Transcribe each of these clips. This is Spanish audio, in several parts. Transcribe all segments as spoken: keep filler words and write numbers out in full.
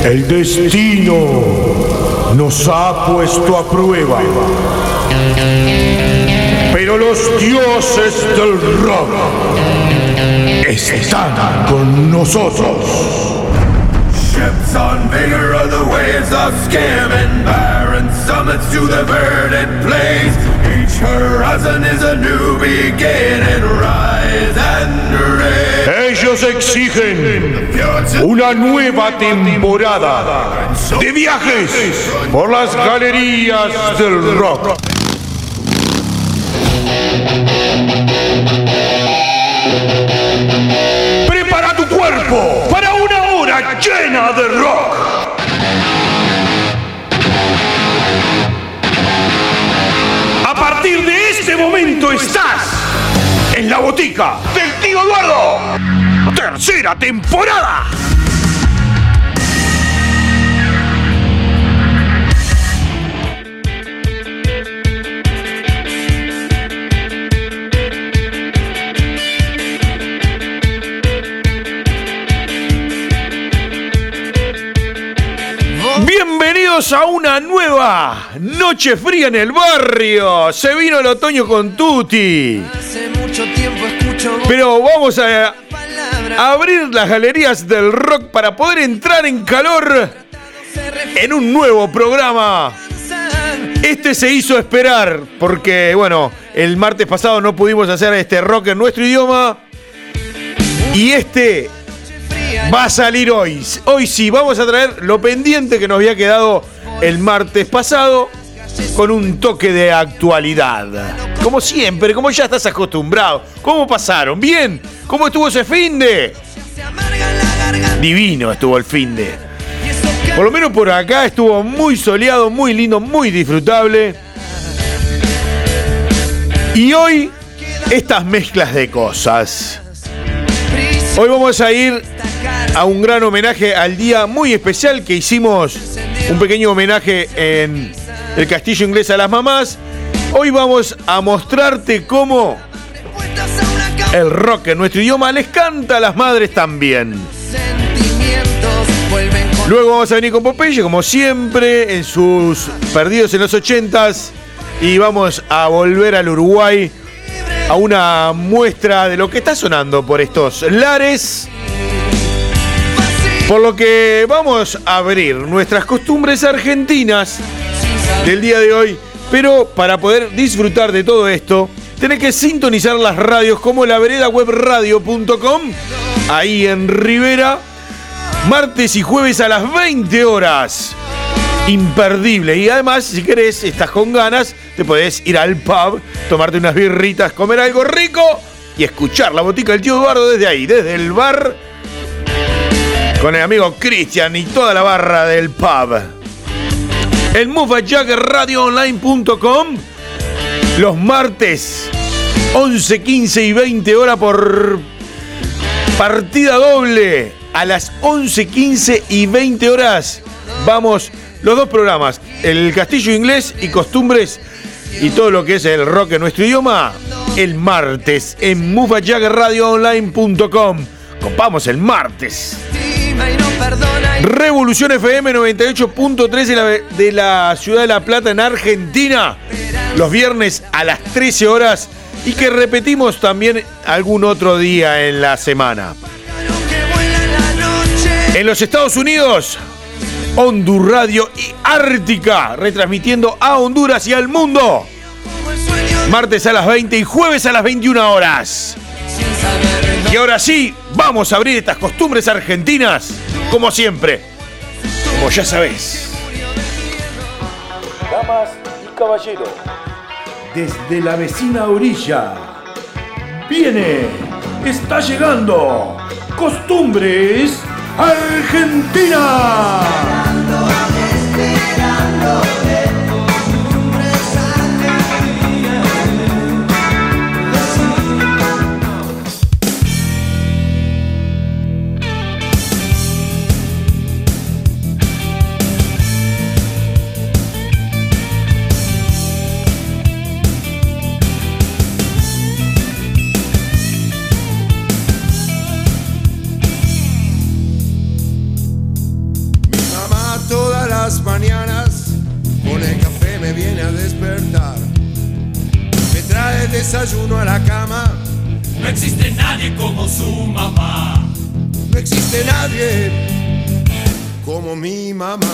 El destino nos ha puesto a prueba, pero los dioses del rock están con nosotros. Ships on vigor of the waves of skim and barren summits to the verdant plains. Each horizon is a new beginning. Rise and raise. Ellos exigen una nueva temporada de viajes por las galerías del rock. Prepara tu cuerpo para una hora llena de rock. A partir de este momento estás en la botica del tío Eduardo. Tercera temporada. Bienvenidos a una nueva noche fría en el barrio. Se vino el otoño con tutti. Hace mucho tiempo escucho voz. Pero vamos a, a abrir las galerías del rock para poder entrar en calor en un nuevo programa. Este se hizo esperar porque, bueno, el martes pasado no pudimos hacer este rock en nuestro idioma. Y este va a salir hoy. Hoy sí, vamos a traer lo pendiente que nos había quedado el martes pasado con un toque de actualidad. Como siempre, como ya estás acostumbrado. ¿Cómo pasaron? ¿Bien? ¿Cómo estuvo ese finde? Divino estuvo el finde. Por lo menos por acá estuvo muy soleado, muy lindo, muy disfrutable. Y hoy, estas mezclas de cosas. Hoy vamos a ir a un gran homenaje al día muy especial que hicimos, un pequeño homenaje en el Castillo Inglés a las mamás. Hoy vamos a mostrarte cómo el rock en nuestro idioma les canta a las madres también. Luego vamos a venir con Popeye, como siempre, en sus Perdidos en los ochentas. Y vamos a volver al Uruguay a una muestra de lo que está sonando por estos lares. Por lo que vamos a abrir nuestras costumbres argentinas del día de hoy. Pero para poder disfrutar de todo esto, tenés que sintonizar las radios como la vereda web radio punto com, ahí en Rivera, martes y jueves a las veinte horas. Imperdible. Y además, si querés, estás con ganas, te podés ir al pub, tomarte unas birritas, comer algo rico y escuchar la botica del tío Eduardo desde ahí, desde el bar, con el amigo Cristian y toda la barra del pub. En Mufajack Radio Online punto com, los martes, once, quince y veinte horas por partida doble. A las once, quince y veinte horas vamos los dos programas, el Castillo Inglés y Costumbres y todo lo que es el rock en nuestro idioma, el martes en Mufajack Radio Online punto com. Copamos el martes. Revolución F M noventa y ocho punto tres de la, de la ciudad de La Plata en Argentina, los viernes a las trece horas y que repetimos también algún otro día en la semana. En los Estados Unidos, Hondur Radio y Ártica, retransmitiendo a Honduras y al mundo. Martes a las veinte y jueves a las veintiuna horas. Y ahora sí, vamos a abrir estas costumbres argentinas, como siempre, como ya sabés. Damas y caballeros, desde la vecina orilla, viene, está llegando, Costumbres Argentina. desayuno a la cama. No existe nadie como su mamá. No existe nadie como mi mamá.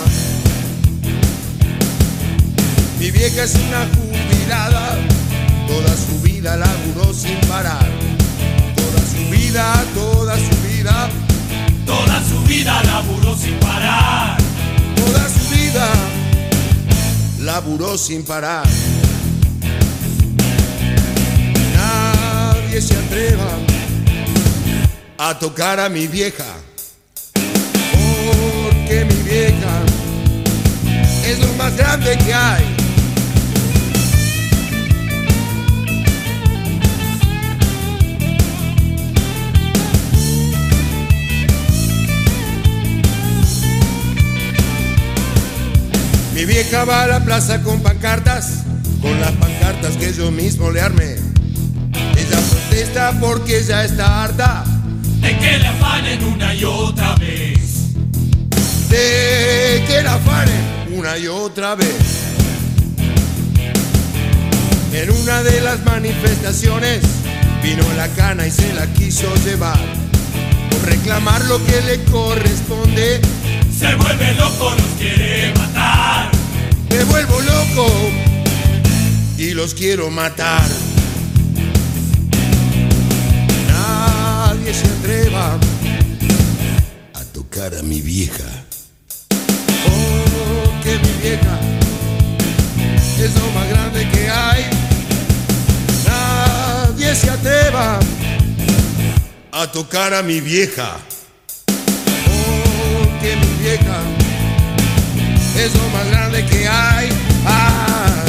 Mi vieja es una jubilada, toda su vida laburó sin parar. Toda su vida, toda su vida, Toda su vida laburó sin parar. toda su vida laburó sin parar. Nadie se atreva a tocar a mi vieja, porque mi vieja es lo más grande que hay. Mi vieja va a la plaza con pancartas, con las pancartas que yo mismo le armé. Ella protesta porque ya está harta De que le afanen una y otra vez. de que la afanen una y otra vez. En una de las manifestaciones vino la cana y se la quiso llevar. Por reclamar lo que le corresponde, Se vuelve loco, los quiere matar. me vuelvo loco y los quiero matar. Nadie se atreva a tocar a mi vieja, porque mi vieja es lo más grande que hay. Nadie se atreva a tocar a mi vieja, porque mi vieja es lo más grande que hay. Ay.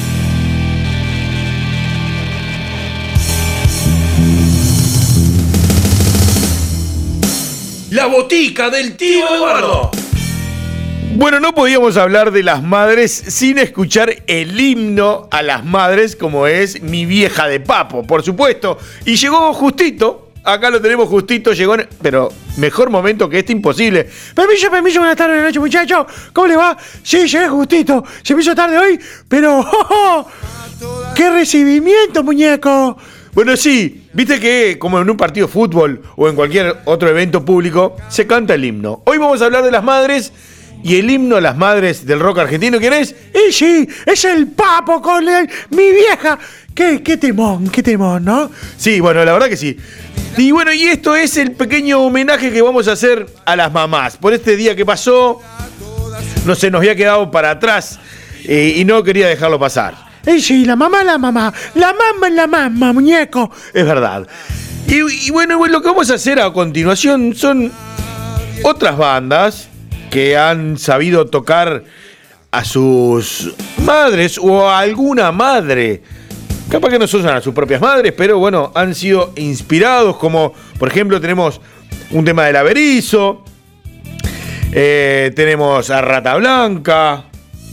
La botica del tío Eduardo. Bueno, no podíamos hablar de las madres sin escuchar el himno a las madres, como es Mi vieja de Papo, por supuesto. Y llegó justito, acá lo tenemos justito, llegó en... Pero mejor momento que este imposible. Permiso, permiso, buenas tardes, buenas noches, muchachos. ¿Cómo les va? Sí, llegué justito. Se me hizo tarde hoy, pero... ¡oh, oh! ¡Qué recibimiento, muñeco! Bueno, sí, viste que como en un partido de fútbol o en cualquier otro evento público, se canta el himno. Hoy vamos a hablar de las madres y el himno a las madres del rock argentino. ¿Quién es? Y sí, es el Papo con el, mi vieja. Qué, qué temón, qué temón, ¿no? Sí, bueno, la verdad que sí. Y bueno, y esto es el pequeño homenaje que vamos a hacer a las mamás. Por este día que pasó, no se nos había quedado para atrás eh, y no quería dejarlo pasar. Eh, sí, la mamá, la mamá, la mamá es la mamá, muñeco. Es verdad. Y, y bueno, bueno, lo que vamos a hacer a continuación son otras bandas que han sabido tocar a sus madres o a alguna madre. Capaz que no son a sus propias madres, pero bueno, han sido inspirados, como por ejemplo tenemos un tema del Averizo, eh, tenemos a Rata Blanca.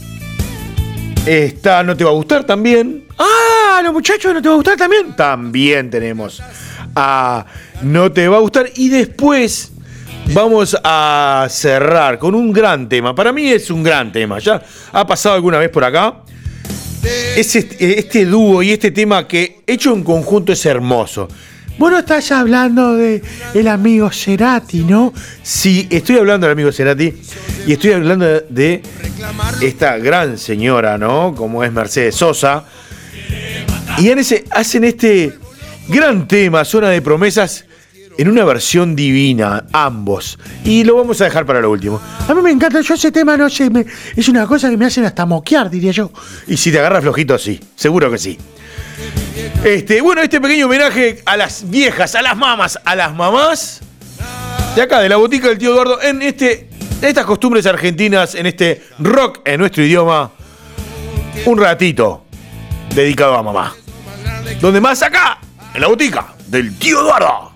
Está No Te Va a Gustar también. ¡Ah! Los muchachos No Te Va a Gustar también. También tenemos a No Te Va a Gustar. Y después vamos a cerrar con un gran tema. Para mí es un gran tema. Ya ha pasado alguna vez por acá. Es este, este dúo y este tema que hecho en conjunto es hermoso. Vos no estás hablando de el amigo Cerati, ¿no? Sí, estoy hablando del amigo Cerati y estoy hablando de, de esta gran señora, ¿no? Como es Mercedes Sosa. Y en ese, hacen este gran tema, Zona de Promesas, en una versión divina, ambos. Y lo vamos a dejar para lo último. A mí me encanta, yo ese tema, no sé, me, es una cosa que me hacen hasta moquear, diría yo. Y si te agarras flojito, sí, seguro que sí. Este, bueno, este pequeño homenaje a las viejas, a las mamas, a las mamás de acá, de la botica del tío Eduardo, en este, en estas costumbres argentinas, en este rock en nuestro idioma, un ratito dedicado a mamá. ¿Dónde más? Acá, en la botica del tío Eduardo.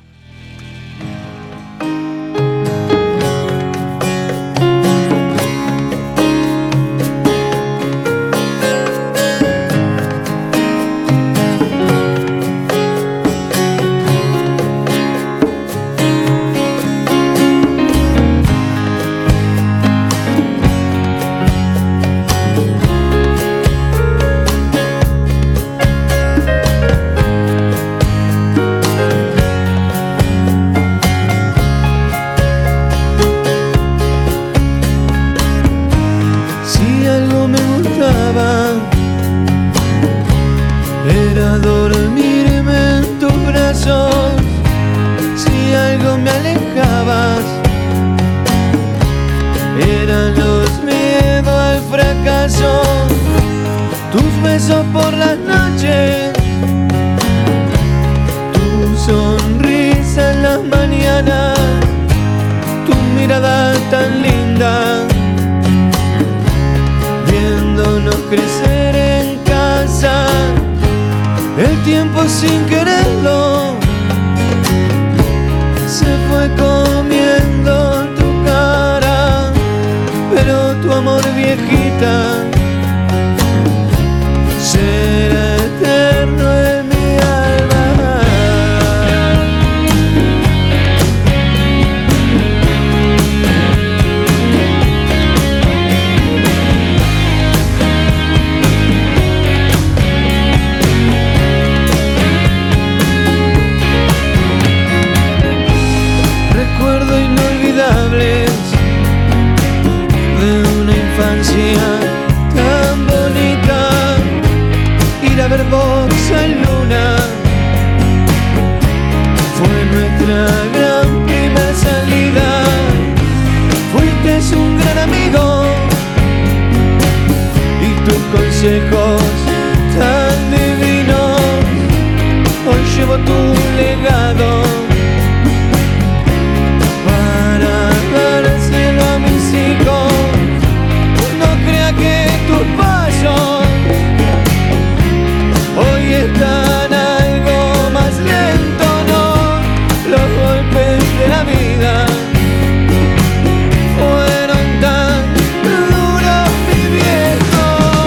corazón, tus besos por las noches, tu sonrisa en las mañanas, tu mirada tan linda, viéndonos crecer en casa, el tiempo sin quererlo se fue comiendo tu cara, pero tu amor, viejita, será eterno en mi alma. Recuerdo inolvidables de una infancia tan bonita, ir a ver box en Luna fue nuestra gran primera salida. Fuiste un gran amigo y tus consejos tan divinos, hoy llevo tu legado para dárselo a mis hijos. No crea que tus pasos hoy están algo más lento, no, los golpes de la vida fueron tan duros, mi viejo.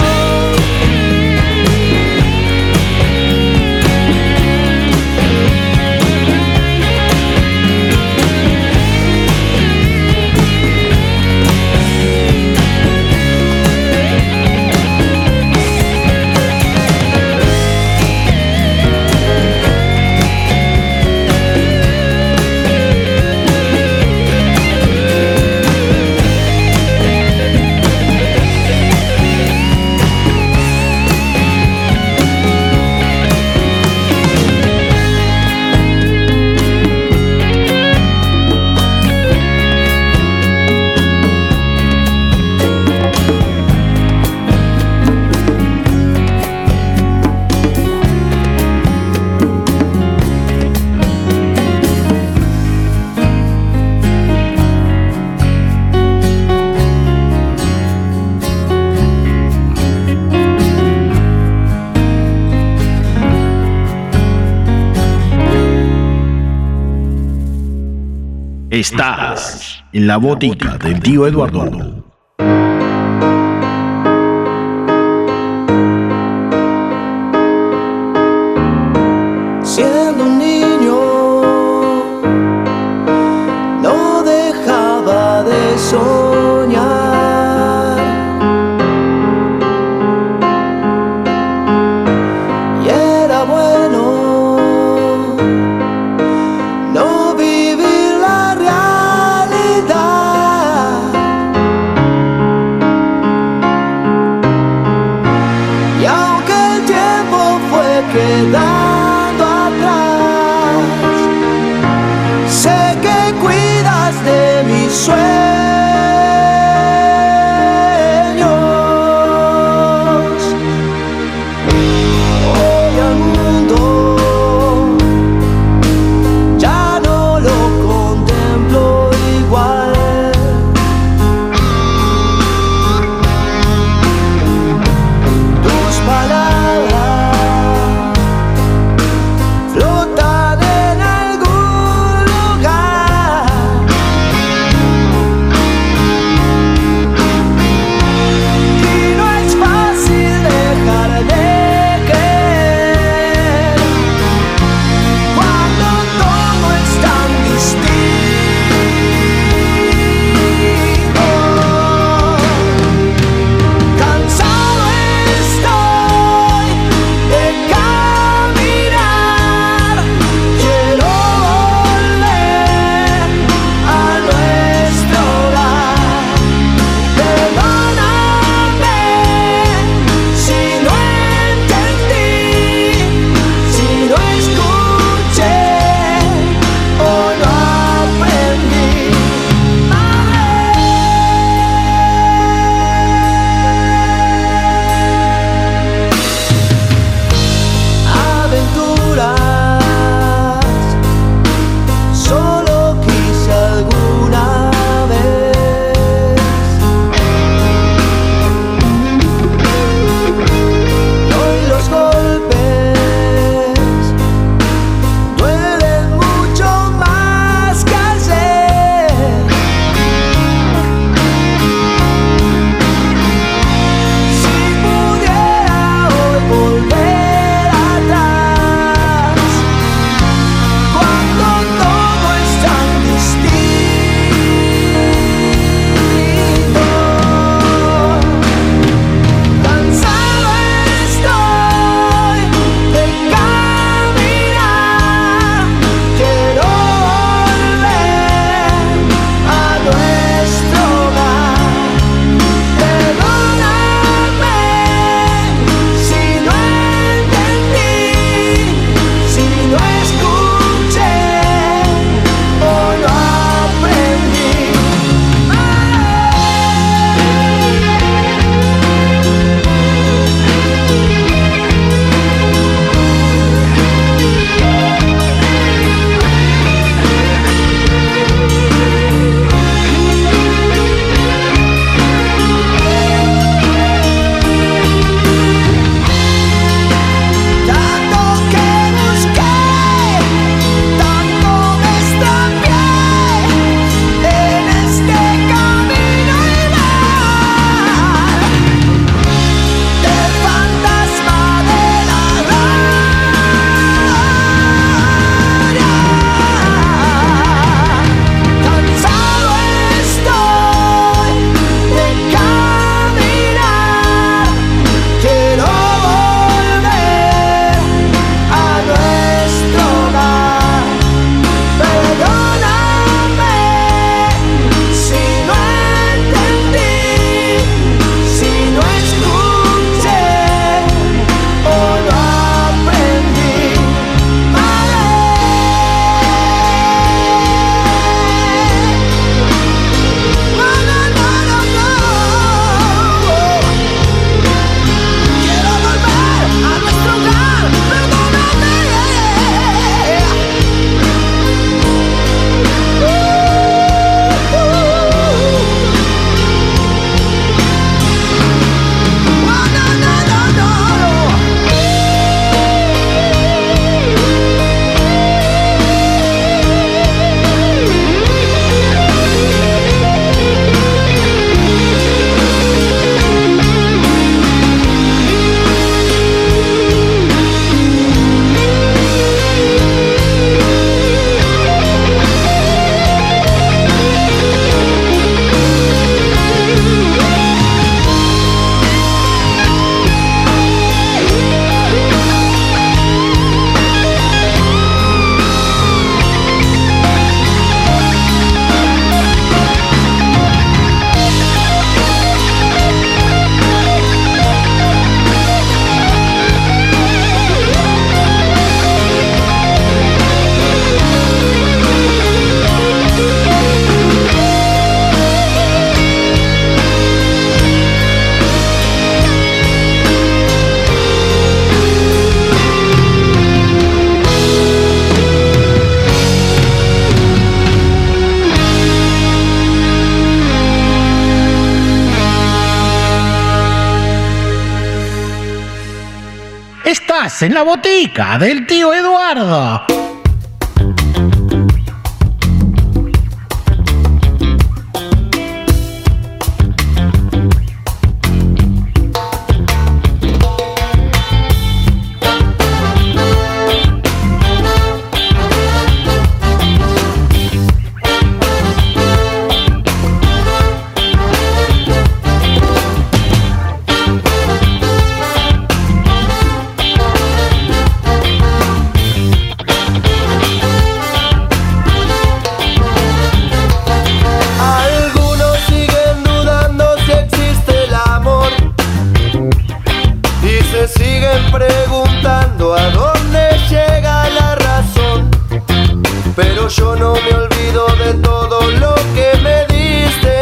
Estás en la botica del tío Eduardo. Siendo un niño, no dejaba de soñar. Y era bueno no vivir la realidad. Y aunque el tiempo fue quedando atrás, sé que cuidas de mis sueños. Hoy al mundo ya no lo contemplo igual. Tus palabras flotan en algún lugar. Estás en la botica del tío Eduardo. Yo no me olvido de todo lo que me diste.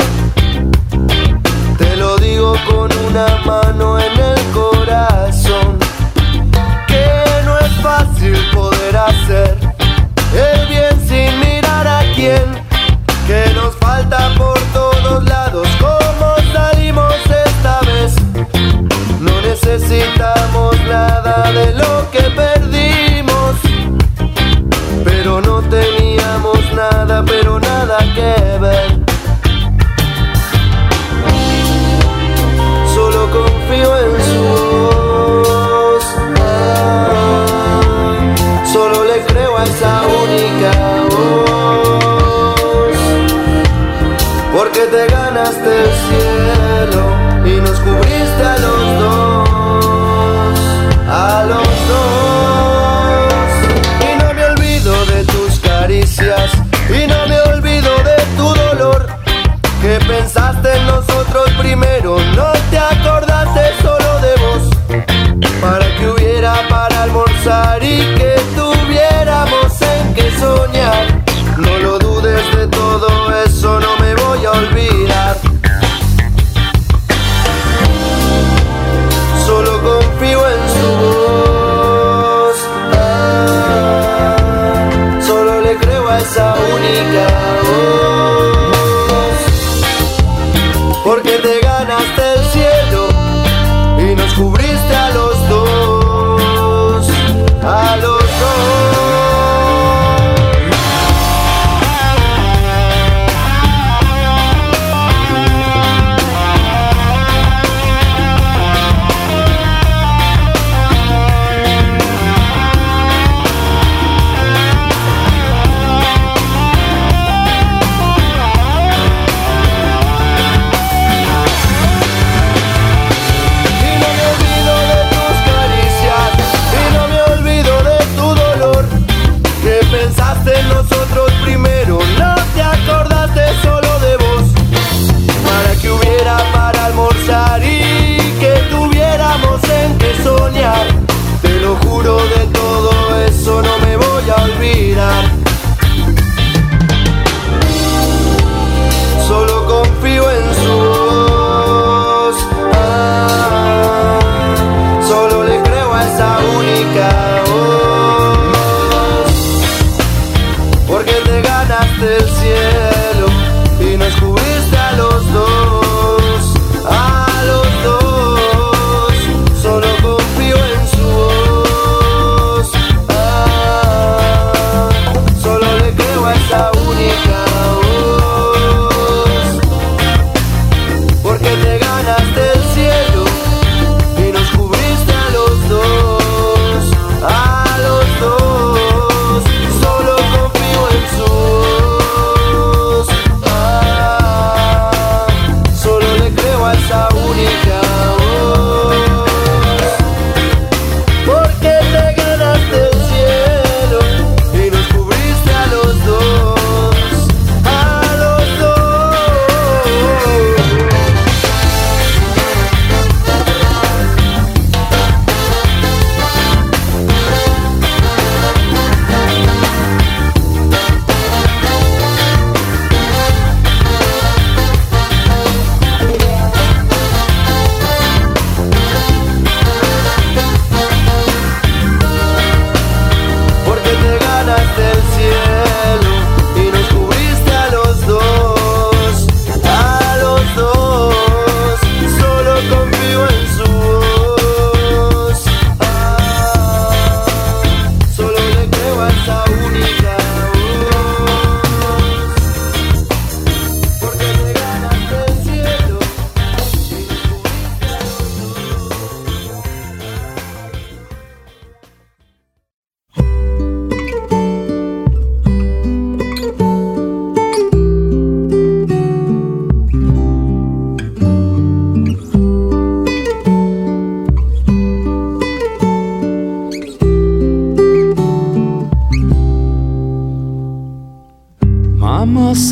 Te lo digo con una mano en el corazón, que no es fácil poder hacer el bien sin mirar a quién, que nos falta por todos lados. ¿Cómo salimos esta vez? No necesitamos nada de lo que perdimos, pero no teníamos nada, pero nada que ver. Solo confío en su voz, ah, solo le creo a esa única voz, porque te ganaste el cielo y nos cubriste a los dos, a los dos.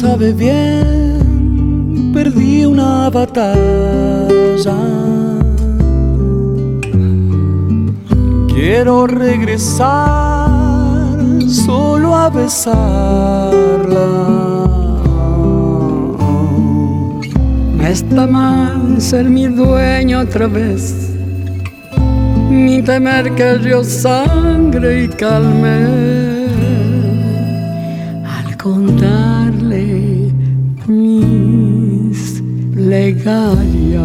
sabe bien, perdí una batalla. Quiero regresar solo a besarla. No está mal ser mi dueño otra vez, ni temer que yo sangre y calme al contarle mis plegarias.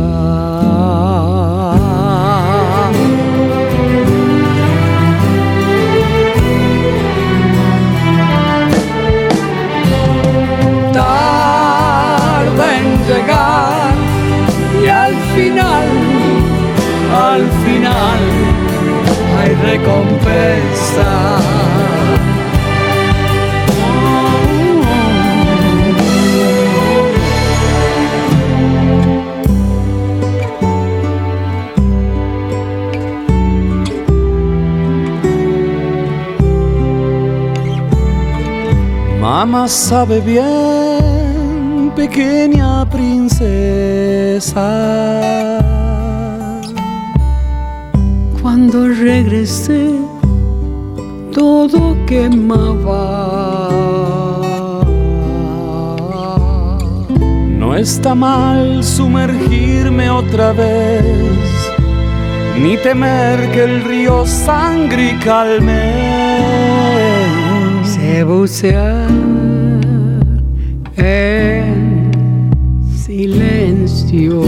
Tarda en llegar y al final, al final hay recompensa. Mamá sabe bien, pequeña princesa. Cuando regresé, todo quemaba. No está mal sumergirme otra vez, ni temer que el río sangre y calme. Sé bucear en silencio.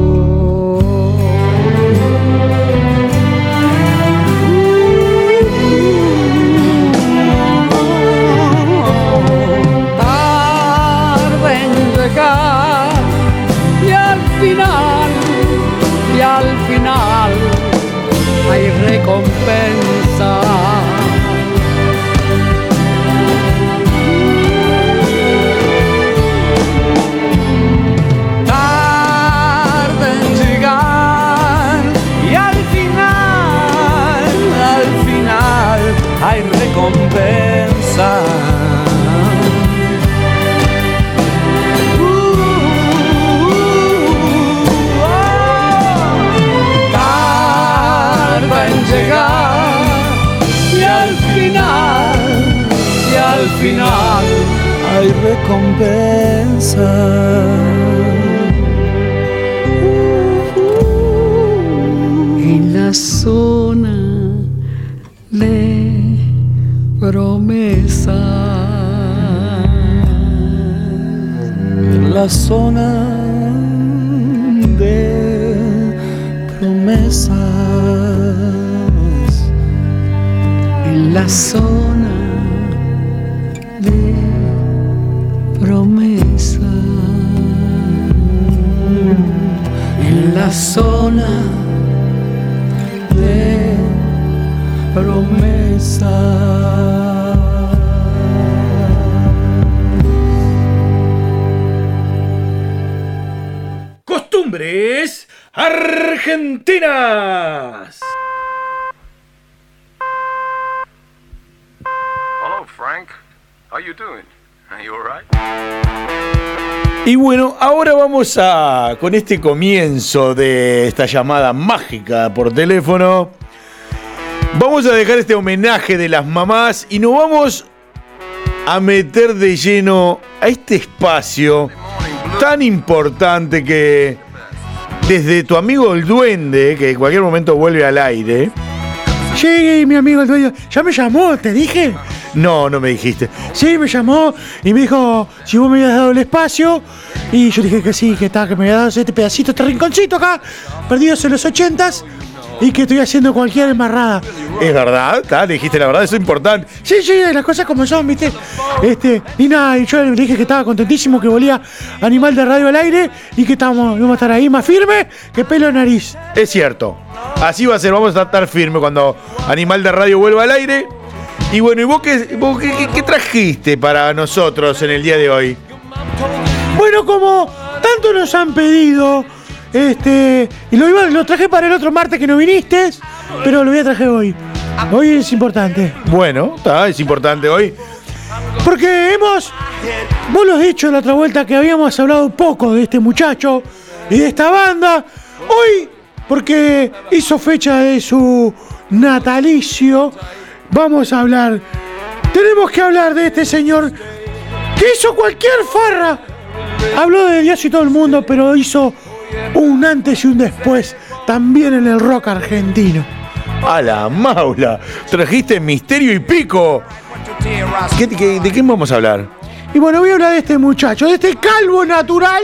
Tarde en llegar y al final, y al final hay recompensa. Hay recompensa. Uh, uh, oh. Tarda en llegar y al final, y al final hay recompensa. Uh, uh, en la zona de promesa, en la zona de promesas, en la zona de promesas, en la zona de promesa. Costumbres argentinas. Hello, Frank. How you doing? Are you all right? Y bueno, ahora vamos a, con este comienzo de esta llamada mágica por teléfono, vamos a dejar este homenaje de las mamás y nos vamos a meter de lleno a este espacio tan importante que desde tu amigo el Duende, que en cualquier momento vuelve al aire. Sí, mi amigo el Duende, ya me llamó, ¿te dije? No, no me dijiste. Sí, me llamó y me dijo si vos me habías dado el espacio. Y yo dije que sí, que está, que me había dado este pedacito, este rinconcito acá, perdidos en los ochentas. Y que estoy haciendo cualquier embarrada. ¿Es verdad? ¿Tá? Dijiste la verdad, eso es importante. Sí, sí, las cosas como son, ¿viste? Este, y nada, y yo le dije que estaba contentísimo, que volía Animal de Radio al aire y que estábamos, íbamos a estar ahí más firme que pelo de nariz. Es cierto. Así va a ser, vamos a estar firme cuando Animal de Radio vuelva al aire. Y bueno, ¿y vos qué, vos qué, qué, qué trajiste para nosotros en el día de hoy? Bueno, como tanto nos han pedido, este, y lo, iba, lo traje para el otro martes que no viniste, pero lo voy a traer hoy. Hoy es importante. Bueno, está, es importante hoy. Porque hemos, vos lo has dicho la otra vuelta que habíamos hablado poco de este muchacho y de esta banda. Hoy, porque hizo fecha de su natalicio, vamos a hablar, tenemos que hablar de este señor que hizo cualquier farra. Habló de Dios y todo el mundo, pero hizo un antes y un después también en el rock argentino. A la maula, trajiste misterio y pico. ¿Qué, qué, ¿De qué vamos a hablar? Y bueno, voy a hablar de este muchacho, de este calvo natural,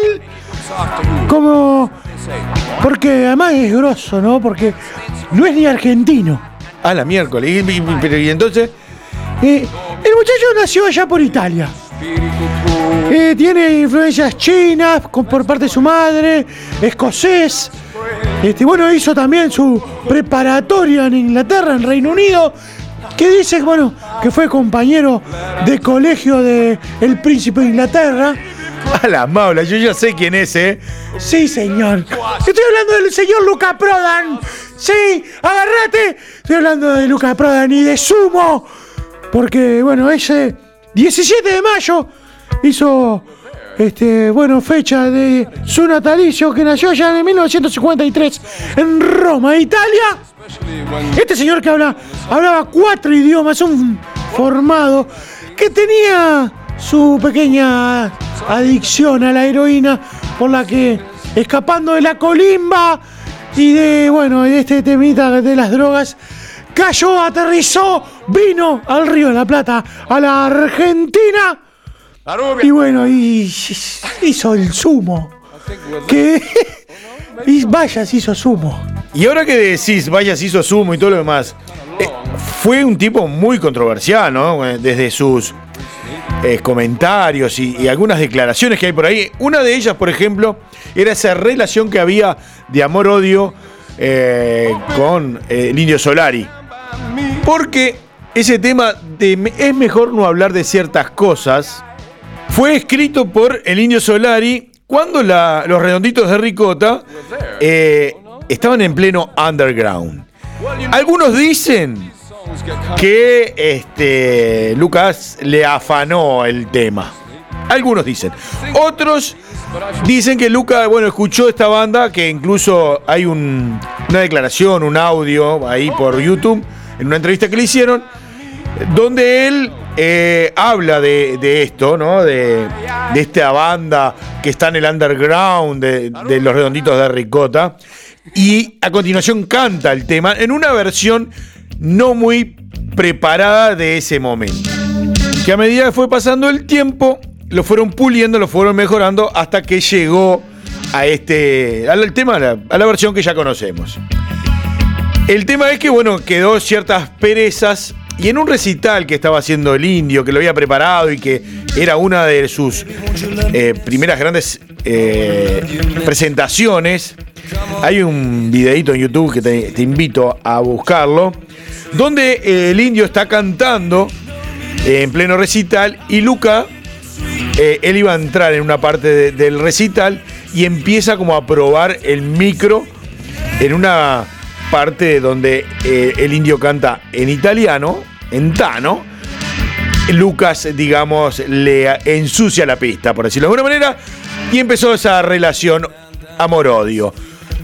como... Porque además es grosso, ¿no? Porque no es ni argentino. A la miércoles. ¿Y, y, pero, ¿y entonces? Eh, el muchacho nació allá por Italia. Eh, tiene influencias chinas con, por parte de su madre, escocés. Este, bueno, hizo también su preparatoria en Inglaterra, en Reino Unido. Que dice, bueno, que fue compañero de colegio de el príncipe de Inglaterra. A la maula, yo ya sé quién es, ¿eh? Sí, señor. Estoy hablando del señor Luca Prodan. Sí, agárrate. Estoy hablando de Luca Prodan y de Sumo. Porque, bueno, ese diecisiete de mayo hizo, este, bueno, fecha de su natalicio, que nació ya en mil novecientos cincuenta y tres en Roma, Italia. Este señor que habla, hablaba cuatro idiomas, un formado que tenía su pequeña adicción a la heroína, por la que, escapando de la colimba y de, bueno, de este temita de las drogas, cayó, aterrizó, vino al Río de la Plata, a la Argentina, y bueno, y hizo el Sumo, que y vaya, se hizo Sumo. Y ahora que decís, vaya, se hizo Sumo y todo lo demás, eh, fue un tipo muy controversial, ¿no? Desde sus eh, comentarios y, y algunas declaraciones que hay por ahí. Una de ellas, por ejemplo, era esa relación que había de amor-odio eh, con eh, el Indio Solari. Porque ese tema de es mejor no hablar de ciertas cosas fue escrito por el Indio Solari cuando la, los Redonditos de Ricota eh, estaban en pleno underground. Algunos dicen que este, Lucas le afanó el tema. Algunos dicen. Otros dicen que Lucas, bueno, escuchó esta banda, que incluso hay un, una declaración, un audio ahí por YouTube, en una entrevista que le hicieron, donde él eh, habla de, de esto, ¿no? De, de esta banda que está en el underground de, de los Redonditos de Ricota. Y a continuación canta el tema en una versión no muy preparada de ese momento. Que a medida que fue pasando el tiempo, lo fueron puliendo, lo fueron mejorando hasta que llegó a este, al tema, a la, a la versión que ya conocemos. El tema es que, bueno, quedó ciertas perezas y en un recital que estaba haciendo el Indio, que lo había preparado y que era una de sus eh, primeras grandes eh, presentaciones, hay un videito en YouTube que te, te invito a buscarlo, donde eh, el Indio está cantando eh, en pleno recital y Luca, eh, él iba a entrar en una parte de, del recital y empieza como a probar el micro en una parte donde eh, el Indio canta en italiano, en tano. Lucas, digamos, le ensucia la pista, por decirlo de alguna manera, y empezó esa relación amor-odio.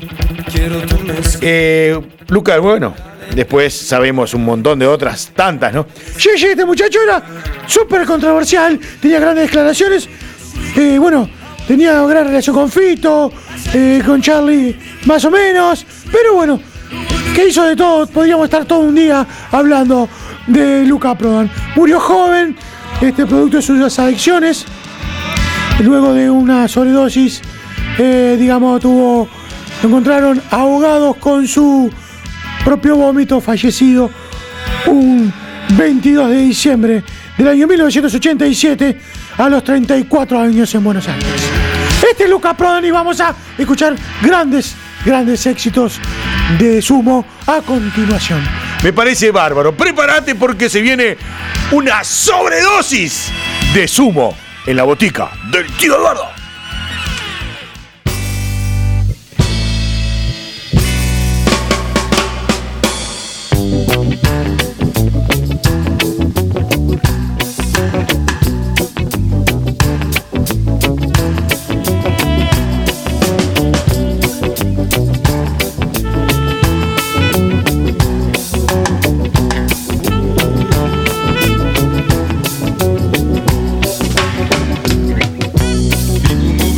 Eh, Lucas, bueno, después sabemos un montón de otras tantas, ¿no? Sí, sí, este muchacho era súper controversial, tenía grandes declaraciones, eh, bueno, tenía gran relación con Fito, eh, con Charlie más o menos, pero bueno, que hizo de todo, podríamos estar todo un día hablando de Luca Prodan. Murió joven, este producto de sus adicciones, luego de una sobredosis, eh, digamos, tuvo, lo encontraron ahogados con su propio vómito, fallecido un veintidós de diciembre del año mil novecientos ochenta y siete a los treinta y cuatro años en Buenos Aires. Este es Luca Prodan y vamos a escuchar grandes, grandes éxitos de Sumo a continuación. Me parece bárbaro. Prepárate porque se viene una sobredosis de Sumo en la botica del tío Eduardo.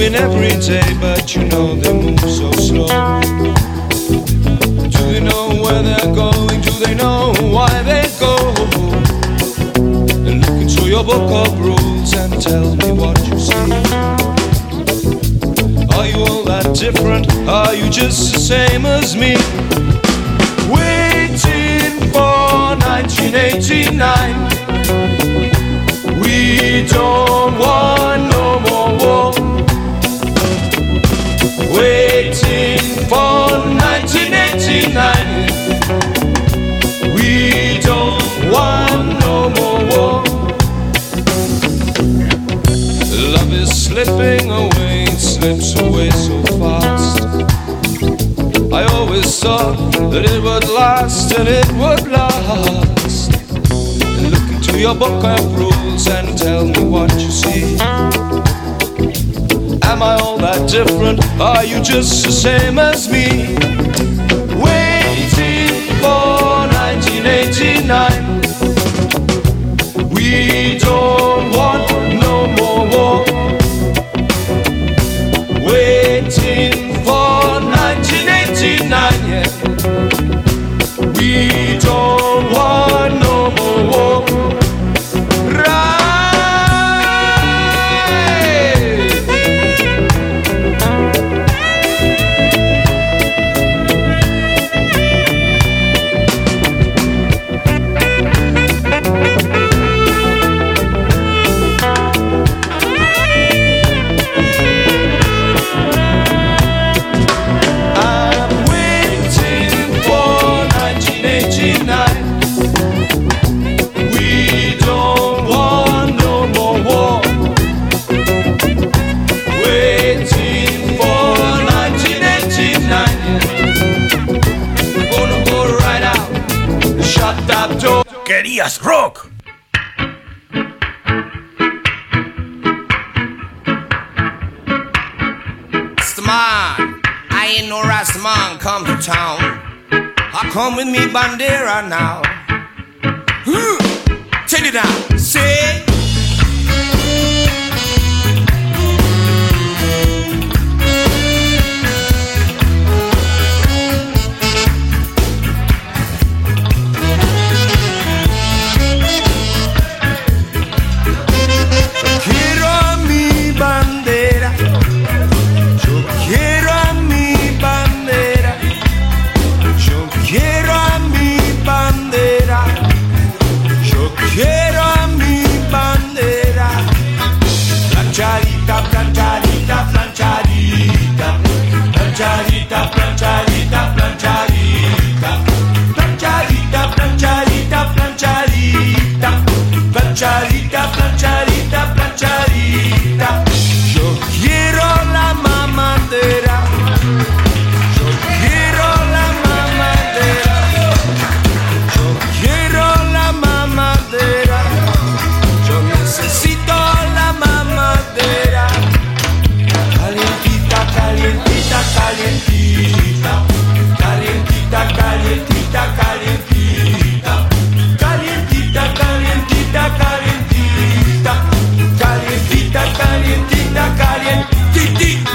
moving every day, but you know they move so slow. Do they know where they're going? Do they know why they go? And look into your book of rules and tell me what you see. Are you all that different? Are you just the same as me? Waiting for nineteen eighty-nine. We don't want no more war. Waiting for nineteen eighty-nine. We don't want no more war. Love is slipping away, it slips away so fast. I always thought that it would last and it would last. Look into your book of rules and tell me what you see. Am I all that different? Are you just the same as me? Waiting for nineteen eighty-nine. We don't want no more war. Waiting for nineteen eighty-nine, yeah. We don't want no more war. Querías rock. Rastaman, I ain't no Rastaman come to town. I come with me bandera now. Take it down, say. Planchadita, planchadita, planchadita. Yo quiero la mamadera. Yo quiero la mamadera. Yo quiero la mamadera. Yo necesito la mamadera. Calientita, calientita, calientita. Calientita, calientita, calientita. Calientita, calientita, calientita. Calientita, calientita, calientita.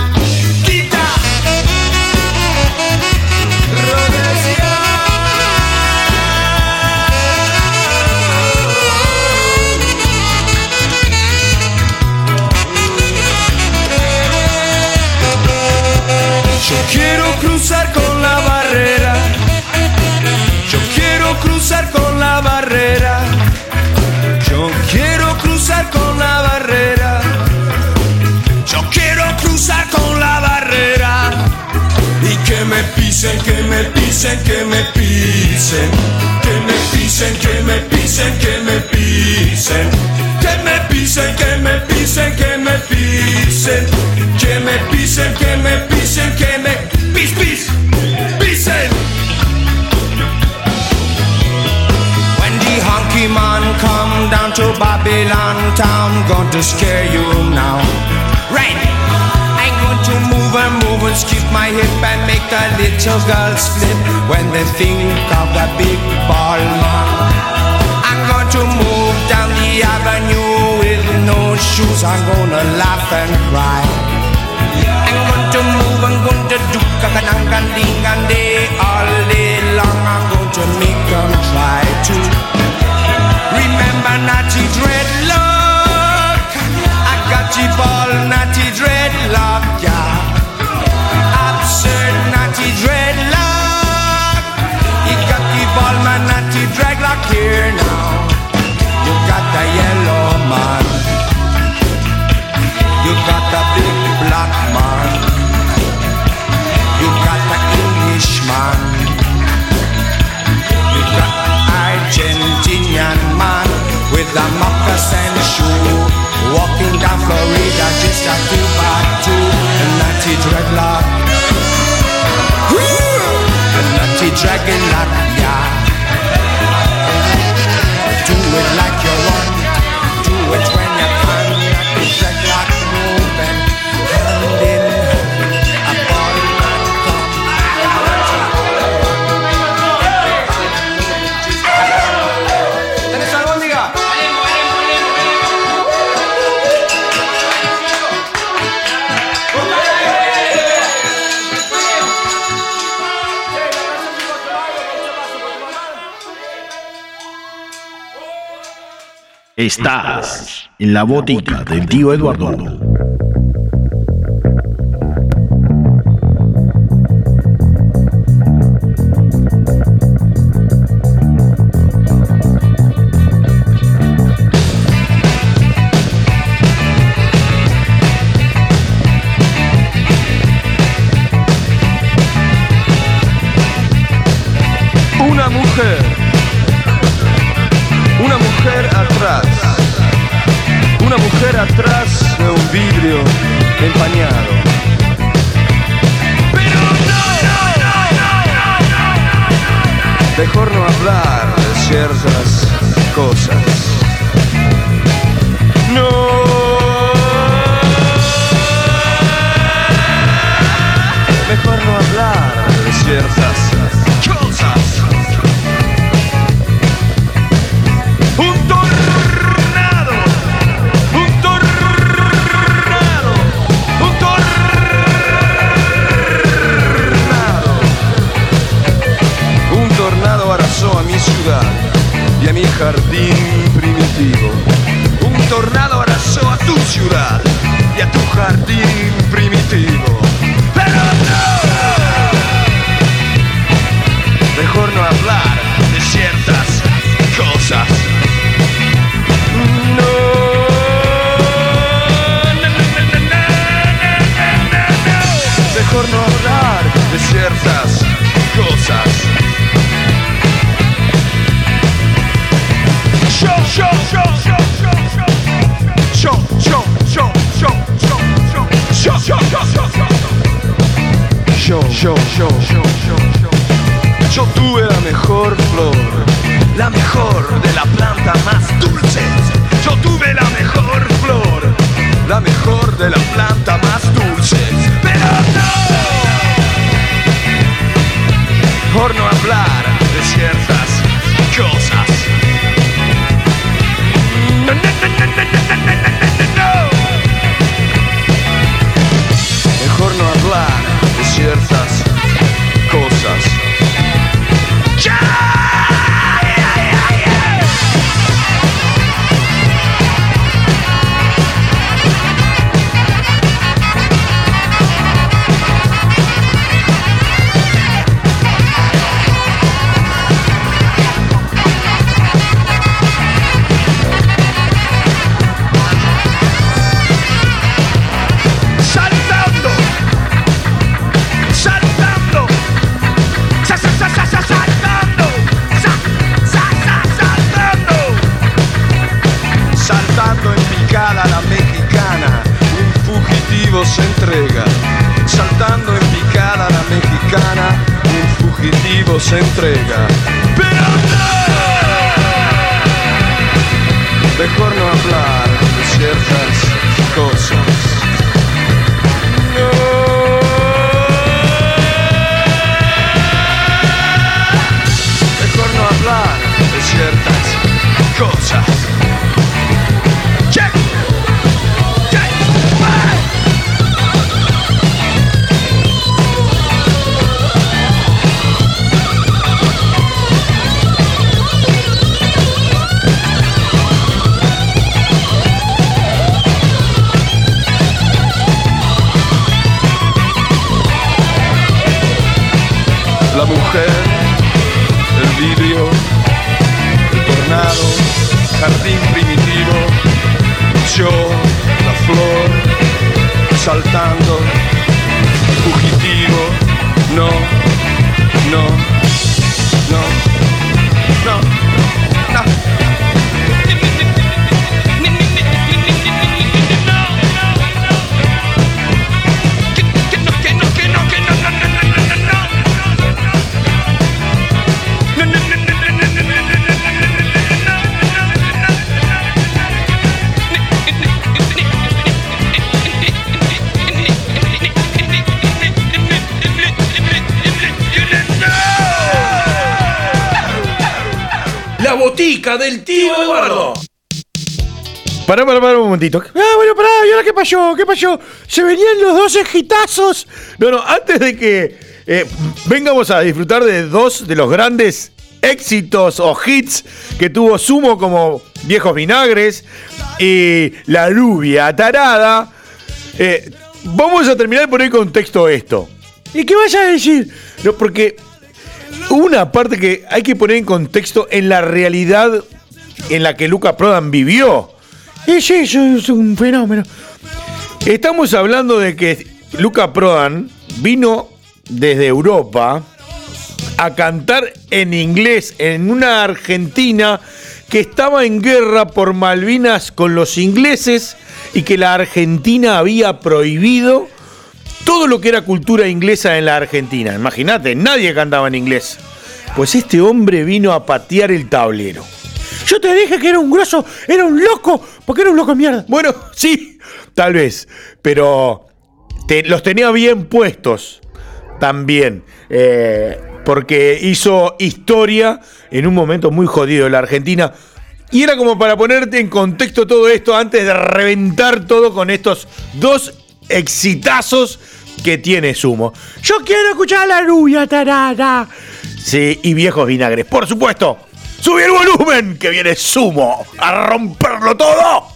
Yo quiero cruzar con la barrera. Yo quiero cruzar con la barrera. Yo quiero cruzar con la barrera. Yo quiero cruzar con la barrera. Y que me pisen, que me pisen, que me pisen. Que me pisen, que me pisen, que me pisen. Que me pisen, que me pisen, que me pisen. Que me pisen, que me pisen, que me pis, pis, pisen. When the honky man come down to Babylon town, going to scare you now. Right, I'm going to move and move and skip my hip and make the little girls flip when they think of the big ball man. I'm going to move down the avenue with no shoes. I'm gonna laugh and cry. to move, I'm going to do kakanang ding and day all day long. I'm going to make them try to remember naughty dreadlock. I got you ball naughty dreadlock, yeah. Absurd naughty dreadlock. You got the ball my naughty dreadlock here now. You got the yellow man. You got the big black man. You got the Englishman. You got the Argentinian man with a moccasin shoe, walking down Florida just a two by two. A naughty dreadlock, a naughty dreadlock, yeah. Do it like you want, do it when you can. Naughty dreadlock moving, hand in hand, a ball and come. ¿Tenés albóndiga? Estás en la botica del tío Eduardo. Una mujer, una mujer atrás, una mujer atrás de un vidrio empañado. Pero no, no, no, no, no. Mejor no hablar de ciertas cosas. No. Mejor no hablar de ciertas cosas. Un tornado, un tornado, un tornado. Un tornado arrasó a mi ciudad y a mi jardín primitivo. Un tornado arrasó a tu ciudad y a tu jardín primitivo. Pero no, mejor no hablar de ciertas cosas. Mejor no hablar de ciertas cosas. Yo, yo, yo, yo, yo, yo, yo, yo, yo, yo, yo, yo, yo, yo, yo, yo, yo. Yo tuve la mejor flor, la mejor de la planta más dulce. Yo tuve la mejor flor, la mejor de la planta más dulce. Pero no, por no hablar de ciertas cosas. No, no, no, no, no, no, no, no, no. Mejor no hablar de ciertas cosas. ¡Ya! Saltando, saltando, sa, sa, sa, sa, sa, saltando, sa, sa, sa, saltando, saltando en picada la mexicana, un fugitivo se entrega. Saltando en picada la mexicana, un fugitivo se entrega. Pero no, mejor no hablar de ciertas cosas. No. Mejor no hablar de ciertas cosas. Check. Check. Bye. La botica del tío Eduardo. Pará, pará, pará un momentito. Ah, bueno, pará, ¿y ahora qué pasó? ¿Qué pasó? Se venían los dos exitazos. No, no, antes de que eh, vengamos a disfrutar de dos de los grandes éxitos o hits que tuvo Sumo, como Viejos Vinagres y La Rubia Tarada, eh, vamos a terminar de poner en contexto esto. ¿Y qué vas a decir? No, porque una parte que hay que poner en contexto en la realidad en la que Luca Prodan vivió. Es eso, es un fenómeno. Estamos hablando de que Luca Prodan vino desde Europa a cantar en inglés en una Argentina que estaba en guerra por Malvinas con los ingleses y que la Argentina había prohibido todo lo que era cultura inglesa en la Argentina. Imagínate, nadie cantaba en inglés. Pues este hombre vino a patear el tablero. Yo te dije que era un grosso, era un loco, porque era un loco de mierda. Bueno, sí, tal vez, pero te, los tenía bien puestos también, eh, porque hizo historia en un momento muy jodido de la Argentina. Y era como para ponerte en contexto todo esto antes de reventar todo con estos dos exitazos que tiene Sumo. Yo quiero escuchar a La Rubia Tarada. Sí, y Viejos Vinagres, por supuesto. ¡Sube el volumen! ¡Que viene Sumo a romperlo todo!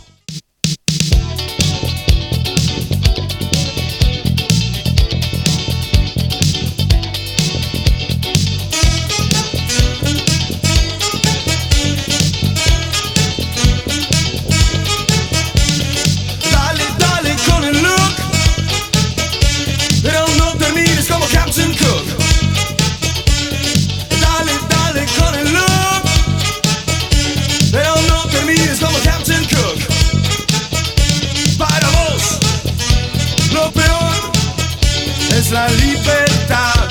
Dale, dale con el look, pero no termines como Captain Cook. Dale, dale con el look, pero no termines como Captain Cook. Para vos, lo peor es la libertad.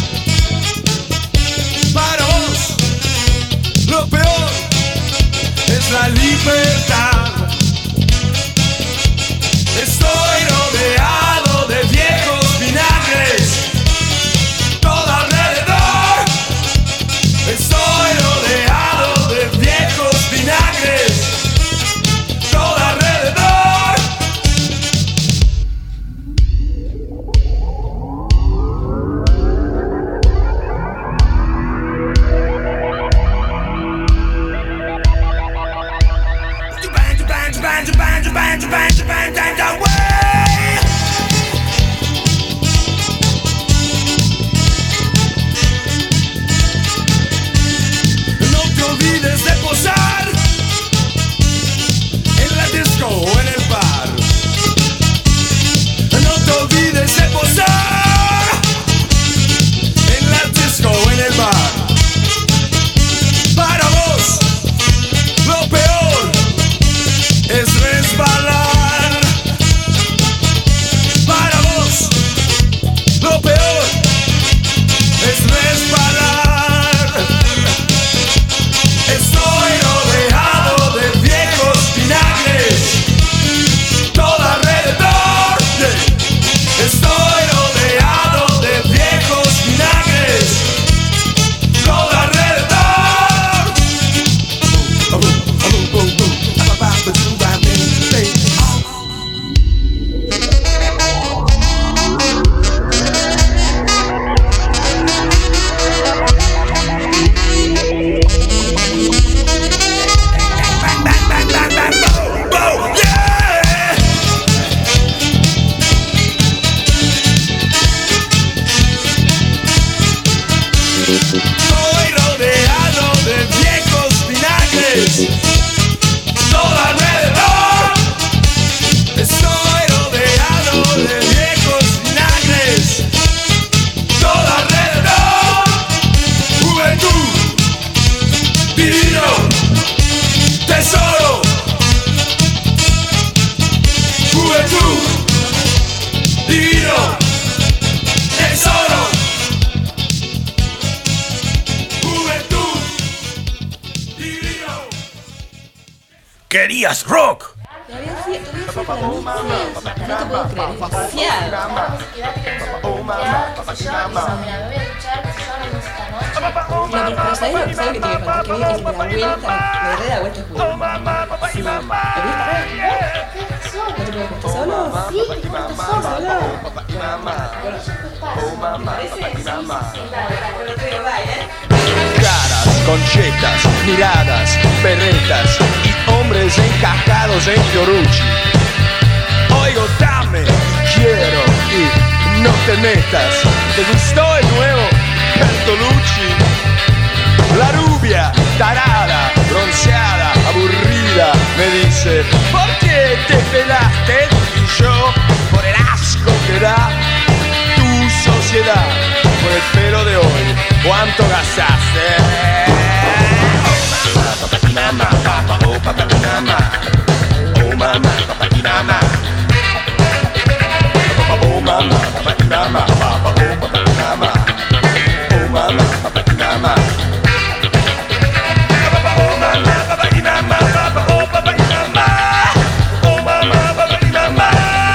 Para vos, lo peor es la libertad. Estoy rodeado de viejos vinagres, todo alrededor. Estoy rodeado de viejos vinagres, todo alrededor. Bang, bang, bang, bang, bang, bang, bang, bang, bang, way. No te olvides de posar en la disco o en el bar. No te olvides de posar en la disco o en el bar. Para vos, lo peor es resbalar. Para vos, lo peor es resbalar. Estoy rodeado de viejos vinagres, todo alrededor. Estoy rodeado de viejos vinagres, todo alrededor. Estoy rodeado de viejos vinagres, todo alrededor. Estoy rodeado de viejos vinagres, todo alrededor. Juventud, divino, tesoro. Juventud, divino, tesoro. ¿Querías rock? Todavía sí, todavía sí, para mí, no te puedo creer, es demasiado. Música, qué sé yo, me voy a escuchar, qué sé yo, la música noche. No, pero, pero ¿sabes lo, ¿sabes lo que tiene que contar? Que viene el de la vuelta, la de la vuelta es bueno. Sí. ¿Lo viste? ¿No te puedes estar solo? Sí, te cuento solo. Caras, conchetas, miradas, berretas y hombres encajados en Fiorucci. Oigo, dame, quiero y no te metas. ¿Te gustó el nuevo Bertolucci? La rubia, tarada, bronceada, aburrida, me dice: ¿por qué te pelaste? Y yo, por el asco que da tu sociedad. Por el pelo de hoy, ¿cuánto gastaste? Oh mamá, papá, oh papá, mamá. Oh mamá, papá, mamá. Oh mamá, papá, mamá, papá, oh papá, mamá. Oh mamá, papá, mamá. Oh mamá, papá, mamá, papá, oh papá, mamá. Oh mamá, papá, mamá.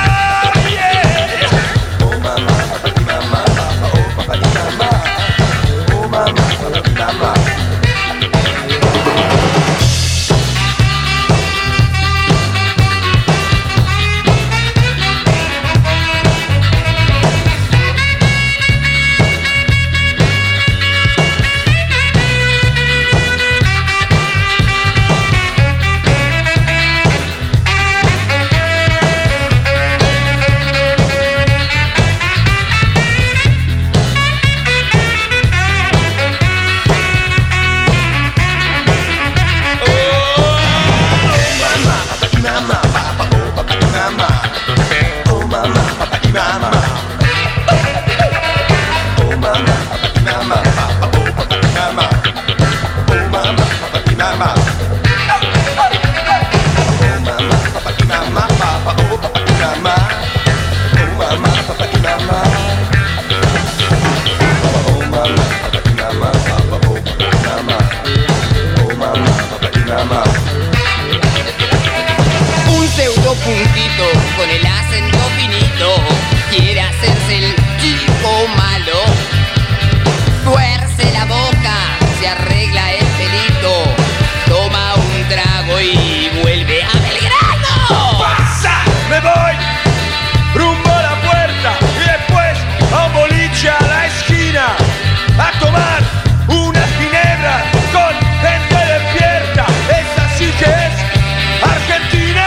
Un pseudo puntito con el acento finito quiere hacerse el chico malo. Tuerce la boca, se arregla el pelito, toma un trago y vuelve a Belgrano. ¡Pasa! ¡Me voy! Rumbo a la puerta y después a un boliche a la esquina a tomar unas ginebras con gente despierta. Esa sí que es Argentina.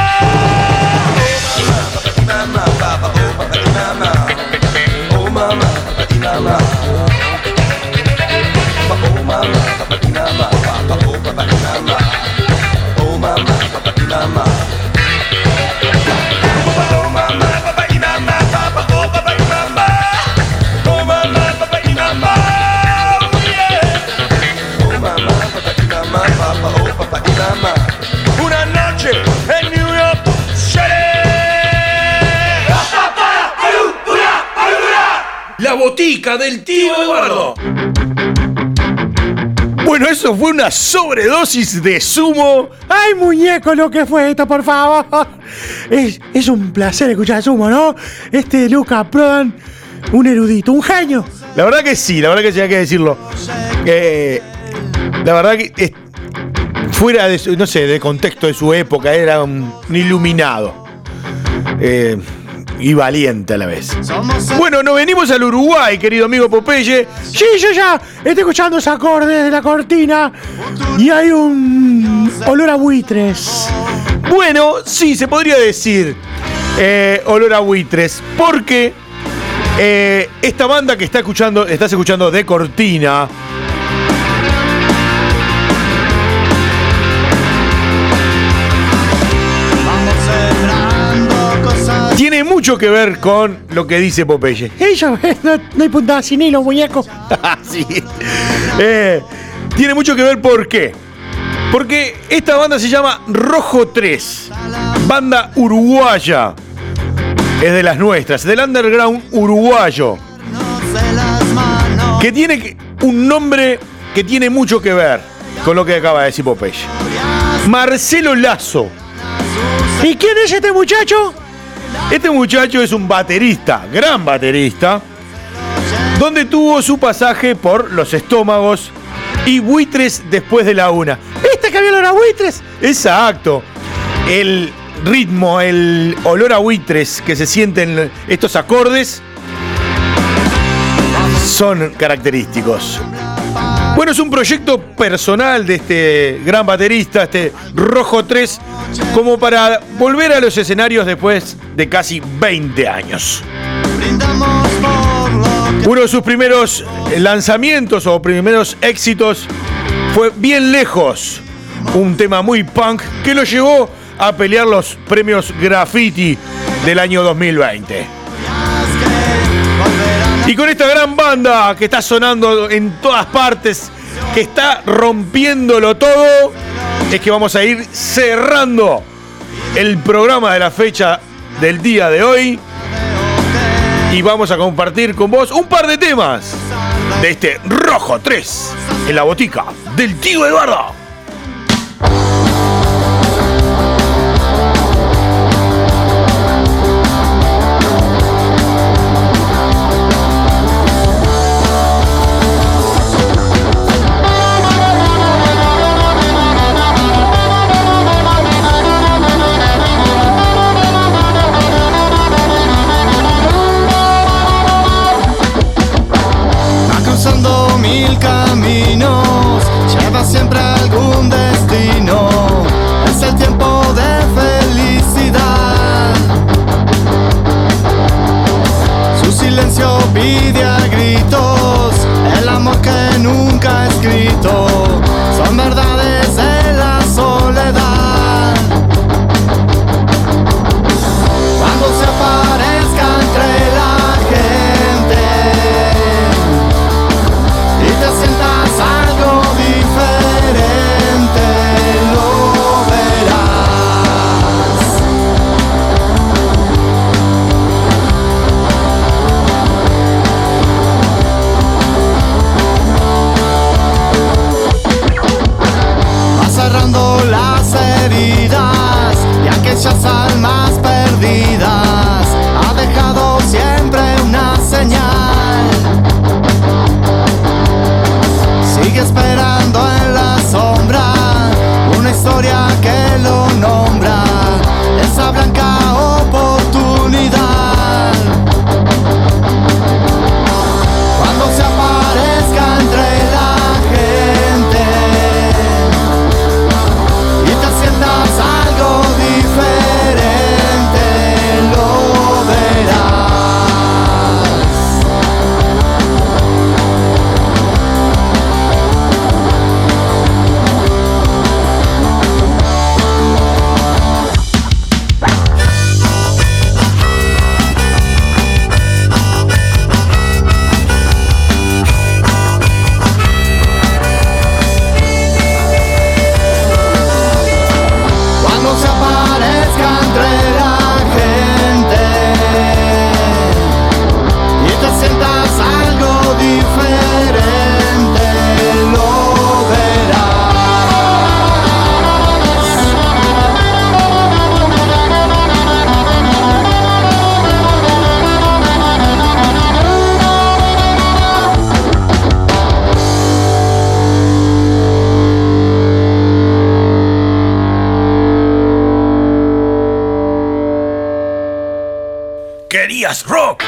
Oh mamá, papá, oh papá, mamá. Oh mamá, papá, mamá. Oh mamá, papá, mamá, papá, oh papá, mamá. Oh mamá, papá, mamá. Oh mamá, papá, mamá, papá, oh papá, mamá. Oh mamá, papá, mamá. Oh mamá, papá, mamá, papá, oh papá, mamá. Una noche en New York City. La botica del tío Eduardo. Bueno, eso fue una sobredosis de Sumo. ¡Ay, muñeco, lo que fue esto, por favor! Es, es un placer escuchar Sumo, ¿no? Este Luca Prodan, un erudito, un genio. La verdad que sí, la verdad que sí hay que decirlo. Eh, la verdad que eh, fuera de su, no sé, de contexto de su época, era un, un iluminado. Eh, y valiente a la vez. Bueno, nos venimos al Uruguay, querido amigo Popeye. Sí, yo ya estoy escuchando esos acordes de la cortina y hay un olor a buitres. Bueno, sí, se podría decir eh, olor a buitres, porque eh, esta banda que está escuchando, estás escuchando de cortina, tiene mucho que ver con lo que dice Popeye. Eso, no, no hay puntada sin hilo, muñeco. Sí. Eh, tiene mucho que ver, ¿por qué? Porque esta banda se llama Rojo tres, banda uruguaya. Es de las nuestras, del underground uruguayo, que tiene un nombre que tiene mucho que ver con lo que acaba de decir Popeye. Marcelo Lazo. ¿Y quién es este muchacho? Este muchacho es un baterista, gran baterista, donde tuvo su pasaje por Los Estómagos y Buitres después de la una. ¿Viste que había olor a buitres? Exacto. El ritmo, el olor a buitres que se sienten estos acordes son característicos. Bueno, es un proyecto personal de este gran baterista, este Rojo tres, como para volver a los escenarios después de casi veinte años. Uno de sus primeros lanzamientos o primeros éxitos fue Bien Lejos, un tema muy punk que lo llevó a pelear los premios Graffiti del año dos mil veinte. Y con esta gran banda que está sonando en todas partes, que está rompiéndolo todo, es que vamos a ir cerrando el programa de la fecha del día de hoy. Y vamos a compartir con vos un par de temas de este Rojo tres en la botica del tío Eduardo. Mil caminos, lleva siempre algún destino. Es el tiempo de felicidad. Su silencio pide a gritos el amor que nunca ha escrito. Son verdades de la soledad. Cuando se aparezca entre la gente y te sientas algo diferente, lo verás. Vas cerrando las heridas y aquellas almas perdidas ha dejado siempre una señal. Sigue esperando en la sombra una historia que lo nombra, esa blanca oportunidad. Cuando se aparezca entre la gente y te sientas algo diferente, lo verás. Cuando se aparezca entre la gente y te sientas algo diferente, lo verás. ¿Querías rock?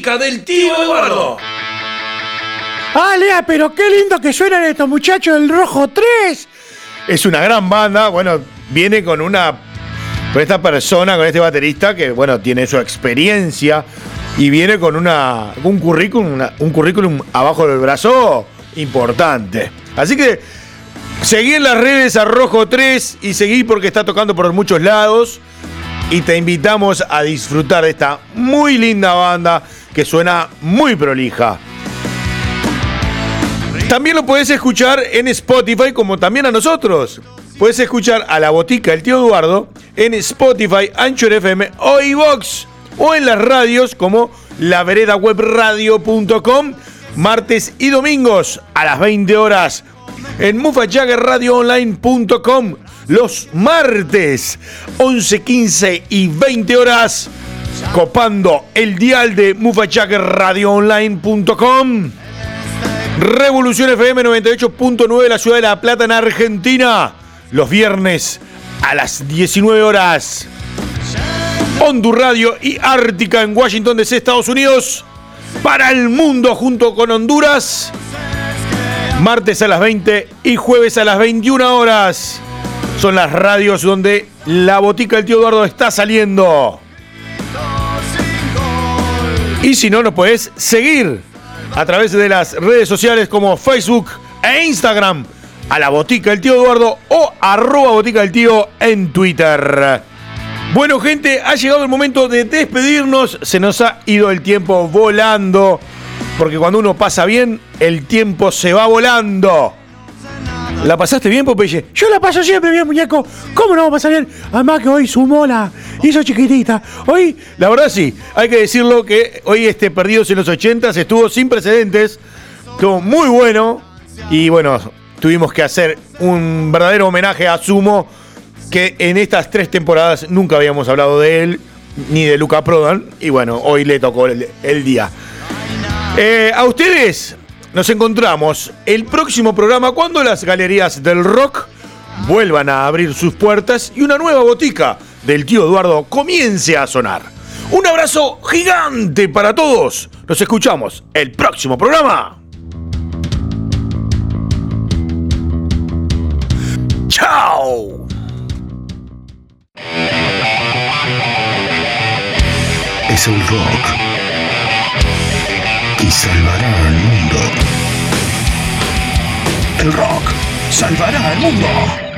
botica del tío Eduardo. Ah, Lea, pero qué lindo que suenan estos muchachos del Rojo tres. Es una gran banda, bueno, viene con una con esta persona, con este baterista que, bueno, tiene su experiencia y viene con una un currículum, una, un currículum abajo del brazo importante. Así que seguí en las redes a Rojo tres y seguí porque está tocando por muchos lados y te invitamos a disfrutar de esta muy linda banda que suena muy prolija. También lo puedes escuchar en Spotify, como también a nosotros. Puedes escuchar a La Botica del Tío Eduardo en Spotify, Anchor F M o iVoox, o en las radios como la vereda web radio punto com, martes y domingos a las veinte horas, en mufa jagger radio online punto com, los martes once, quince y veinte horas, copando el dial de mufa jagger radio online punto com. Revolución F M noventa y ocho punto nueve, la ciudad de La Plata, en Argentina, los viernes a las diecinueve horas. Ondu Radio y Ártica en Washington D C, Estados Unidos, para el mundo junto con Honduras, martes a las veinte y jueves a las veintiuna horas. Son las radios donde La Botica del Tío Eduardo está saliendo. Y si no, nos podés seguir a través de las redes sociales como Facebook e Instagram, a La Botica del Tío Eduardo o arroba Botica del Tío en Twitter. Bueno, gente, ha llegado el momento de despedirnos. Se nos ha ido el tiempo volando, porque cuando uno pasa bien, el tiempo se va volando. ¿La pasaste bien, Popeye? Yo la paso siempre bien, muñeco. ¿Cómo no va a pasar bien? Además que hoy su mola hizo chiquitita. Hoy, la verdad sí, hay que decirlo que hoy este Perdidos en los ochentas estuvo sin precedentes. Estuvo muy bueno. Y bueno, tuvimos que hacer un verdadero homenaje a Sumo, que en estas tres temporadas nunca habíamos hablado de él, ni de Luca Prodan. Y bueno, hoy le tocó el, el día. Eh, a ustedes nos encontramos el próximo programa cuando las galerías del rock vuelvan a abrir sus puertas y una nueva botica del Tío Eduardo comience a sonar. Un abrazo gigante para todos. Nos escuchamos el próximo programa. ¡Chao! Es el rock que salvará al mundo. El rock salvará al mundo.